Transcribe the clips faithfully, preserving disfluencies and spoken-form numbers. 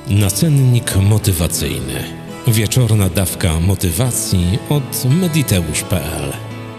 Nacennik motywacyjny. Wieczorna dawka motywacji od mediteusz kropka pe el.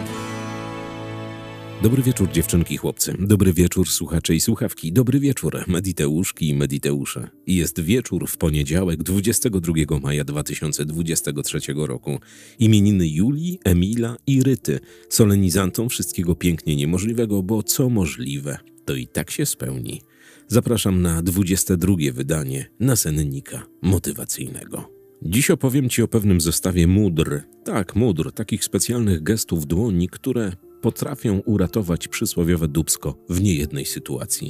Dobry wieczór, dziewczynki i chłopcy. Dobry wieczór, słuchacze i słuchawki. Dobry wieczór, mediteuszki i mediteusze. I jest wieczór w poniedziałek, dwudziestego drugiego maja dwa tysiące dwudziestego trzeciego roku. Imieniny Julii, Emila i Ryty. Solenizantom wszystkiego pięknie niemożliwego, bo co możliwe, to i tak się spełni. Zapraszam na dwudzieste drugie wydanie nacennika motywacyjnego. Dziś opowiem Ci o pewnym zestawie mudr. Tak, mudr, takich specjalnych gestów dłoni, które potrafią uratować przysłowiowe dupsko w niejednej sytuacji.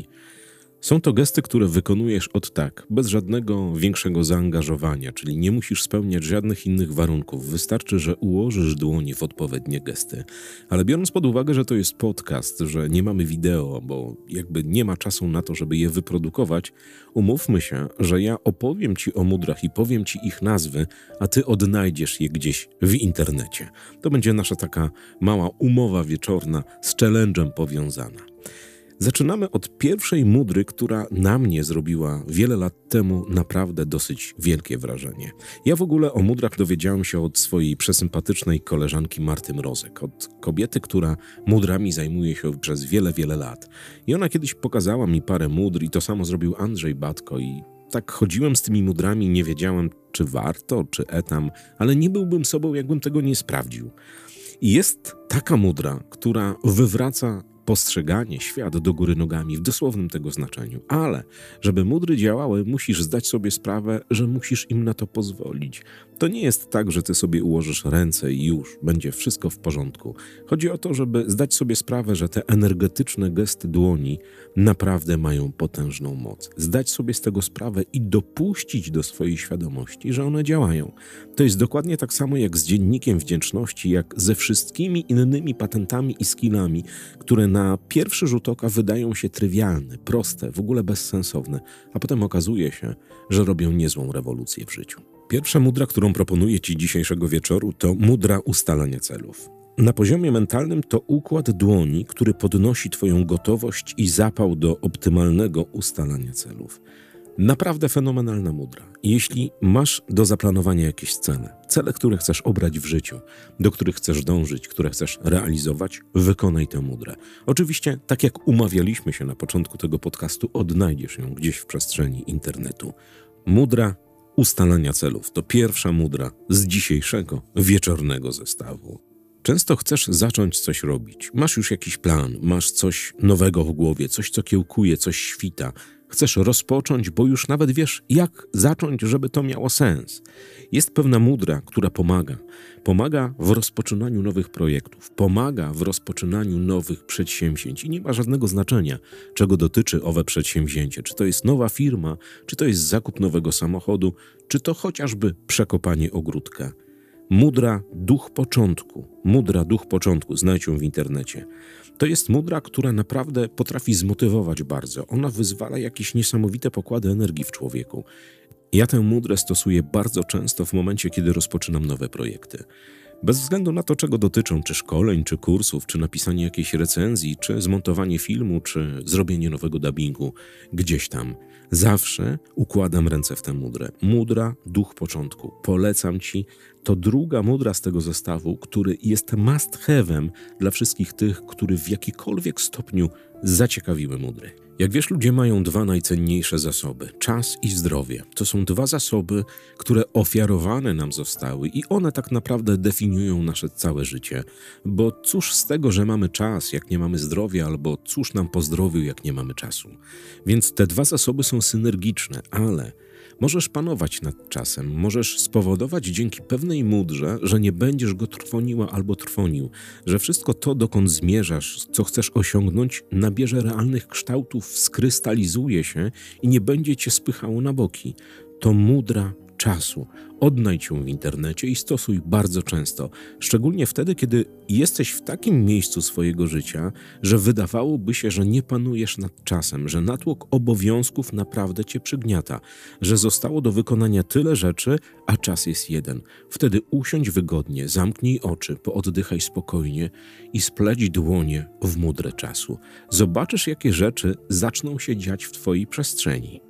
Są to gesty, które wykonujesz od tak, bez żadnego większego zaangażowania, czyli nie musisz spełniać żadnych innych warunków. Wystarczy, że ułożysz dłonie w odpowiednie gesty. Ale biorąc pod uwagę, że to jest podcast, że nie mamy wideo, bo jakby nie ma czasu na to, żeby je wyprodukować, umówmy się, że ja opowiem Ci o mudrach i powiem Ci ich nazwy, a Ty odnajdziesz je gdzieś w internecie. To będzie nasza taka mała umowa wieczorna z challenge'em powiązana. Zaczynamy od pierwszej mudry, która na mnie zrobiła wiele lat temu naprawdę dosyć wielkie wrażenie. Ja w ogóle o mudrach dowiedziałem się od swojej przesympatycznej koleżanki Marty Mrozek, od kobiety, która mudrami zajmuje się przez wiele, wiele lat. I ona kiedyś pokazała mi parę mudr i to samo zrobił Andrzej Batko i tak chodziłem z tymi mudrami, nie wiedziałem, czy warto, czy etam, ale nie byłbym sobą, jakbym tego nie sprawdził. I jest taka mudra, która wywraca postrzeganie, świat do góry nogami w dosłownym tego znaczeniu. Ale żeby mudry działały, musisz zdać sobie sprawę, że musisz im na to pozwolić. To nie jest tak, że ty sobie ułożysz ręce i już będzie wszystko w porządku. Chodzi o to, żeby zdać sobie sprawę, że te energetyczne gesty dłoni naprawdę mają potężną moc. Zdać sobie z tego sprawę i dopuścić do swojej świadomości, że one działają. To jest dokładnie tak samo jak z dziennikiem wdzięczności, jak ze wszystkimi innymi patentami i skillami, które na pierwszy rzut oka wydają się trywialne, proste, w ogóle bezsensowne, a potem okazuje się, że robią niezłą rewolucję w życiu. Pierwsza mudra, którą proponuję Ci dzisiejszego wieczoru, to mudra ustalania celów. Na poziomie mentalnym to układ dłoni, który podnosi Twoją gotowość i zapał do optymalnego ustalania celów. Naprawdę fenomenalna mudra. Jeśli masz do zaplanowania jakieś cele, cele, które chcesz obrać w życiu, do których chcesz dążyć, które chcesz realizować, wykonaj tę mudrę. Oczywiście, tak jak umawialiśmy się na początku tego podcastu, odnajdziesz ją gdzieś w przestrzeni internetu. Mudra ustalania celów to pierwsza mudra z dzisiejszego wieczornego zestawu. Często chcesz zacząć coś robić. Masz już jakiś plan, masz coś nowego w głowie, coś co kiełkuje, coś świta. Chcesz rozpocząć, bo już nawet wiesz, jak zacząć, żeby to miało sens. Jest pewna mudra, która pomaga. Pomaga w rozpoczynaniu nowych projektów, pomaga w rozpoczynaniu nowych przedsięwzięć i nie ma żadnego znaczenia, czego dotyczy owe przedsięwzięcie. Czy to jest nowa firma, czy to jest zakup nowego samochodu, czy to chociażby przekopanie ogródka. Mudra duch początku. Mudra duch początku, znajdź ją w internecie. To jest mudra, która naprawdę potrafi zmotywować bardzo. Ona wyzwala jakieś niesamowite pokłady energii w człowieku. Ja tę mudrę stosuję bardzo często w momencie, kiedy rozpoczynam nowe projekty. Bez względu na to, czego dotyczą, czy szkoleń, czy kursów, czy napisanie jakiejś recenzji, czy zmontowanie filmu, czy zrobienie nowego dubbingu, gdzieś tam. Zawsze układam ręce w tę mudrę. Mudra, duch początku. Polecam Ci. To druga mudra z tego zestawu, który jest must have'em dla wszystkich tych, którzy w jakikolwiek stopniu zaciekawiły mudry. Jak wiesz, ludzie mają dwa najcenniejsze zasoby. Czas i zdrowie. To są dwa zasoby, które ofiarowane nam zostały i one tak naprawdę definiują nasze całe życie. Bo cóż z tego, że mamy czas, jak nie mamy zdrowia, albo cóż nam po zdrowiu, jak nie mamy czasu. Więc te dwa zasoby są synergiczne, ale możesz panować nad czasem, możesz spowodować dzięki pewnej mudrze, że nie będziesz go trwoniła albo trwonił, że wszystko to, dokąd zmierzasz, co chcesz osiągnąć, nabierze realnych kształtów, skrystalizuje się i nie będzie cię spychało na boki. To mudra czasu. Odnajdź ją w internecie i stosuj bardzo często. Szczególnie wtedy, kiedy jesteś w takim miejscu swojego życia, że wydawałoby się, że nie panujesz nad czasem, że natłok obowiązków naprawdę cię przygniata, że zostało do wykonania tyle rzeczy, a czas jest jeden. Wtedy usiądź wygodnie, zamknij oczy, pooddychaj spokojnie i spleć dłonie w mudrę czasu. Zobaczysz, jakie rzeczy zaczną się dziać w twojej przestrzeni.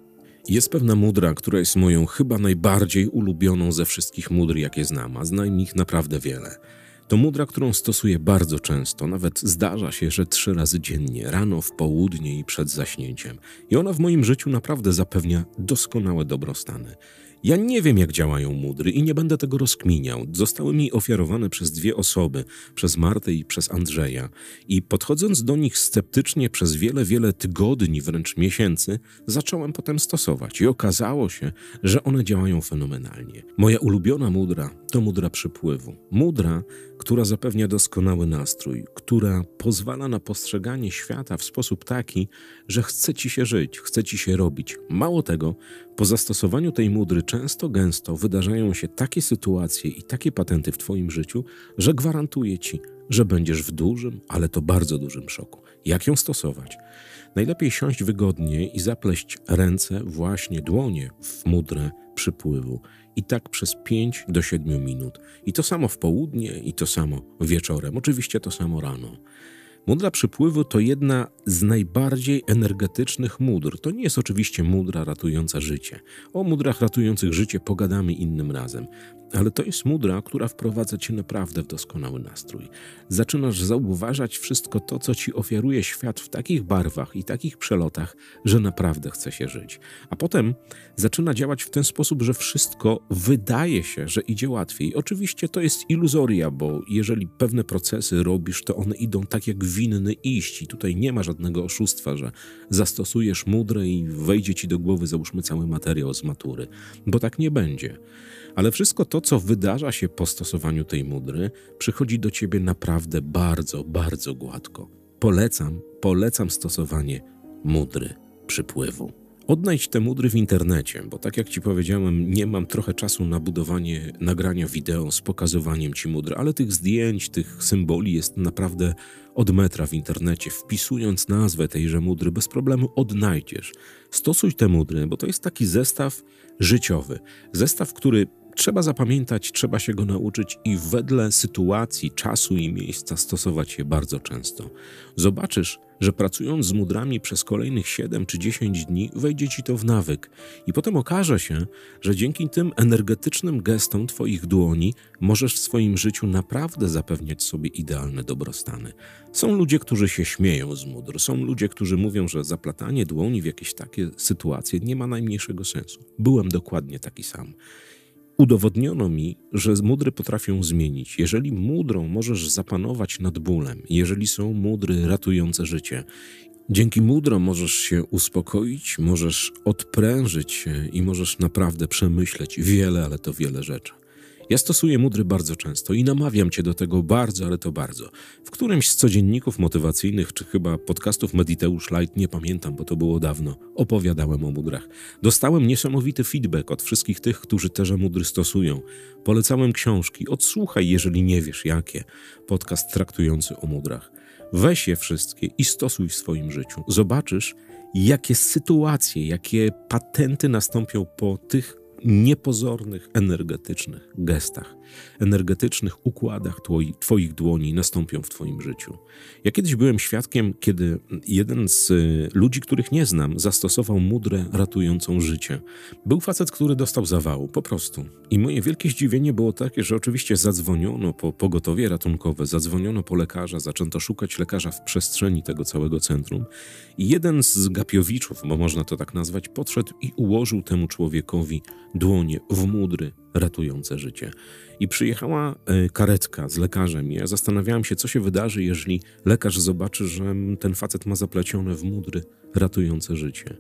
Jest pewna mudra, która jest moją chyba najbardziej ulubioną ze wszystkich mudr, jakie znam, a znam ich naprawdę wiele. To mudra, którą stosuję bardzo często, nawet zdarza się, że trzy razy dziennie, rano, w południe i przed zaśnięciem. I ona w moim życiu naprawdę zapewnia doskonałe dobrostany. Ja nie wiem, jak działają mudry i nie będę tego rozkminiał. Zostały mi ofiarowane przez dwie osoby, przez Martę i przez Andrzeja. I podchodząc do nich sceptycznie przez wiele, wiele tygodni, wręcz miesięcy, zacząłem potem stosować. I okazało się, że one działają fenomenalnie. Moja ulubiona mudra to mudra przypływu. Mudra, która zapewnia doskonały nastrój, która pozwala na postrzeganie świata w sposób taki, że chce ci się żyć, chce ci się robić. Mało tego, po zastosowaniu tej mudry często, gęsto wydarzają się takie sytuacje i takie patenty w twoim życiu, że gwarantuję ci, że będziesz w dużym, ale to bardzo dużym szoku. Jak ją stosować? Najlepiej siąść wygodnie i zapleść ręce, właśnie dłonie w mudrę przypływu. I tak przez pięć do siedmiu minut. I to samo w południe, i to samo wieczorem. Oczywiście to samo rano. Mudra przypływu to jedna z najbardziej energetycznych mudr. To nie jest oczywiście mudra ratująca życie. O mudrach ratujących życie pogadamy innym razem. Ale to jest mudra, która wprowadza cię naprawdę w doskonały nastrój. Zaczynasz zauważać wszystko to, co ci ofiaruje świat w takich barwach i takich przelotach, że naprawdę chce się żyć. A potem zaczyna działać w ten sposób, że wszystko wydaje się, że idzie łatwiej. Oczywiście to jest iluzoria, bo jeżeli pewne procesy robisz, to one idą tak, jak winny iść. I tutaj nie ma żadnego oszustwa, że zastosujesz mudrę i wejdzie ci do głowy, załóżmy, cały materiał z matury. Bo tak nie będzie. Ale wszystko to, co wydarza się po stosowaniu tej mudry, przychodzi do ciebie naprawdę bardzo, bardzo gładko. Polecam, polecam stosowanie mudry przypływu. Odnajdź te mudry w internecie, bo tak jak ci powiedziałem, nie mam trochę czasu na budowanie nagrania wideo z pokazywaniem ci mudry, ale tych zdjęć, tych symboli jest naprawdę od metra w internecie. Wpisując nazwę tejże mudry, bez problemu odnajdziesz. Stosuj te mudry, bo to jest taki zestaw życiowy. Zestaw, który trzeba zapamiętać, trzeba się go nauczyć i wedle sytuacji, czasu i miejsca stosować je bardzo często. Zobaczysz, że pracując z mudrami przez kolejnych siedem czy dziesięć dni wejdzie ci to w nawyk i potem okaże się, że dzięki tym energetycznym gestom twoich dłoni możesz w swoim życiu naprawdę zapewniać sobie idealne dobrostany. Są ludzie, którzy się śmieją z mudr, są ludzie, którzy mówią, że zaplatanie dłoni w jakieś takie sytuacje nie ma najmniejszego sensu. Byłem dokładnie taki sam. Udowodniono mi, że mudry potrafią zmienić. Jeżeli mudrą możesz zapanować nad bólem, jeżeli są mudry ratujące życie, dzięki mudrom możesz się uspokoić, możesz odprężyć się i możesz naprawdę przemyśleć wiele, ale to wiele rzeczy. Ja stosuję mudry bardzo często i namawiam cię do tego bardzo, ale to bardzo. W którymś z codzienników motywacyjnych, czy chyba podcastów Mediteusz Light, nie pamiętam, bo to było dawno, opowiadałem o mudrach. Dostałem niesamowity feedback od wszystkich tych, którzy teże mudry stosują. Polecałem książki, odsłuchaj, jeżeli nie wiesz jakie, podcast traktujący o mudrach. Weź je wszystkie i stosuj w swoim życiu. Zobaczysz, jakie sytuacje, jakie patenty nastąpią po tych niepozornych, energetycznych gestach, energetycznych układach twoi, twoich dłoni nastąpią w twoim życiu. Ja kiedyś byłem świadkiem, kiedy jeden z ludzi, których nie znam, zastosował mudrę ratującą życie. Był facet, który dostał zawału, po prostu. I moje wielkie zdziwienie było takie, że oczywiście zadzwoniono po pogotowie ratunkowe, zadzwoniono po lekarza, zaczęto szukać lekarza w przestrzeni tego całego centrum. I jeden z gapiowiczów, bo można to tak nazwać, podszedł i ułożył temu człowiekowi dłonie w mudry ratujące życie. I przyjechała y, karetka z lekarzem. Ja zastanawiałem się, co się wydarzy, jeżeli lekarz zobaczy, że ten facet ma zaplecione w mudry ratujące życie.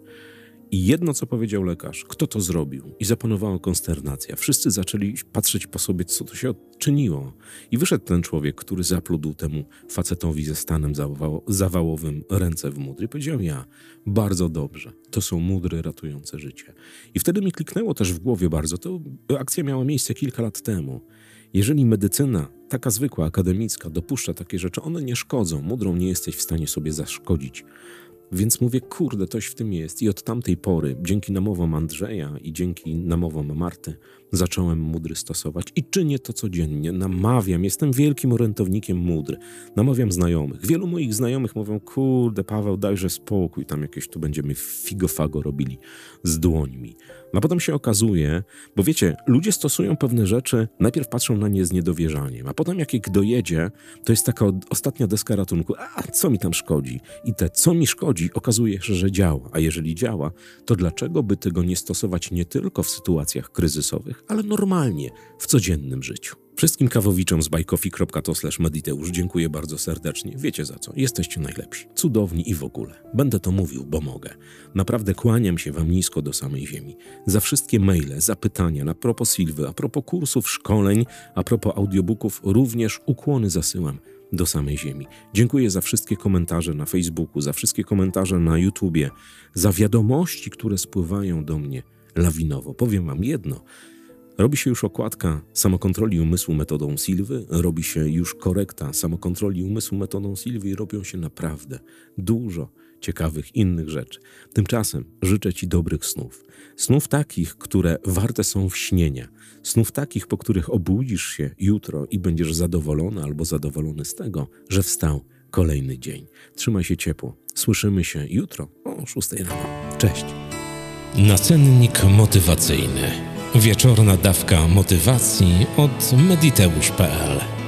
I jedno, co powiedział lekarz, kto to zrobił? I zapanowała konsternacja. Wszyscy zaczęli patrzeć po sobie, co to się odczyniło. I wyszedł ten człowiek, który zapludł temu facetowi ze stanem zawał- zawałowym ręce w mudry. I powiedział: ja, bardzo dobrze, to są mudry ratujące życie. I wtedy mi kliknęło też w głowie bardzo, to akcja miała miejsce kilka lat temu. Jeżeli medycyna, taka zwykła, akademicka, dopuszcza takie rzeczy, one nie szkodzą, mudrą nie jesteś w stanie sobie zaszkodzić. Więc mówię, kurde, coś w tym jest. I od tamtej pory, dzięki namowom Andrzeja i dzięki namowom Marty, zacząłem mudry stosować i czynię to codziennie. Namawiam, jestem wielkim orędownikiem mudr. Namawiam znajomych. Wielu moich znajomych mówią, kurde Paweł, dajże spokój, tam jakieś tu będziemy figofago robili z dłońmi. No a potem się okazuje, bo wiecie, ludzie stosują pewne rzeczy, najpierw patrzą na nie z niedowierzaniem, a potem jak ich dojedzie, to jest taka od, ostatnia deska ratunku, a co mi tam szkodzi? I te co mi szkodzi okazuje się, że działa, a jeżeli działa, to dlaczego by tego nie stosować nie tylko w sytuacjach kryzysowych, ale normalnie, w codziennym życiu. Wszystkim kawowiczom z bajkofi kropka to slash mediteusz dziękuję bardzo serdecznie. Wiecie za co. Jesteście najlepsi. Cudowni i w ogóle. Będę to mówił, bo mogę. Naprawdę kłaniam się wam nisko do samej ziemi. Za wszystkie maile, zapytania na propos Sylwy, a propos kursów, szkoleń, a propos audiobooków również ukłony zasyłam do samej ziemi. Dziękuję za wszystkie komentarze na Facebooku, za wszystkie komentarze na YouTubie, za wiadomości, które spływają do mnie lawinowo. Powiem wam jedno. Robi się już okładka samokontroli umysłu metodą Sylwy, robi się już korekta samokontroli umysłu metodą Sylwy i robią się naprawdę dużo ciekawych innych rzeczy. Tymczasem życzę ci dobrych snów. Snów takich, które warte są śnienia. Snów takich, po których obudzisz się jutro i będziesz zadowolony albo zadowolony z tego, że wstał kolejny dzień. Trzymaj się ciepło. Słyszymy się jutro o szóstej rano. Cześć. Nacennik motywacyjny. Wieczorna dawka motywacji od mediteusz kropka p l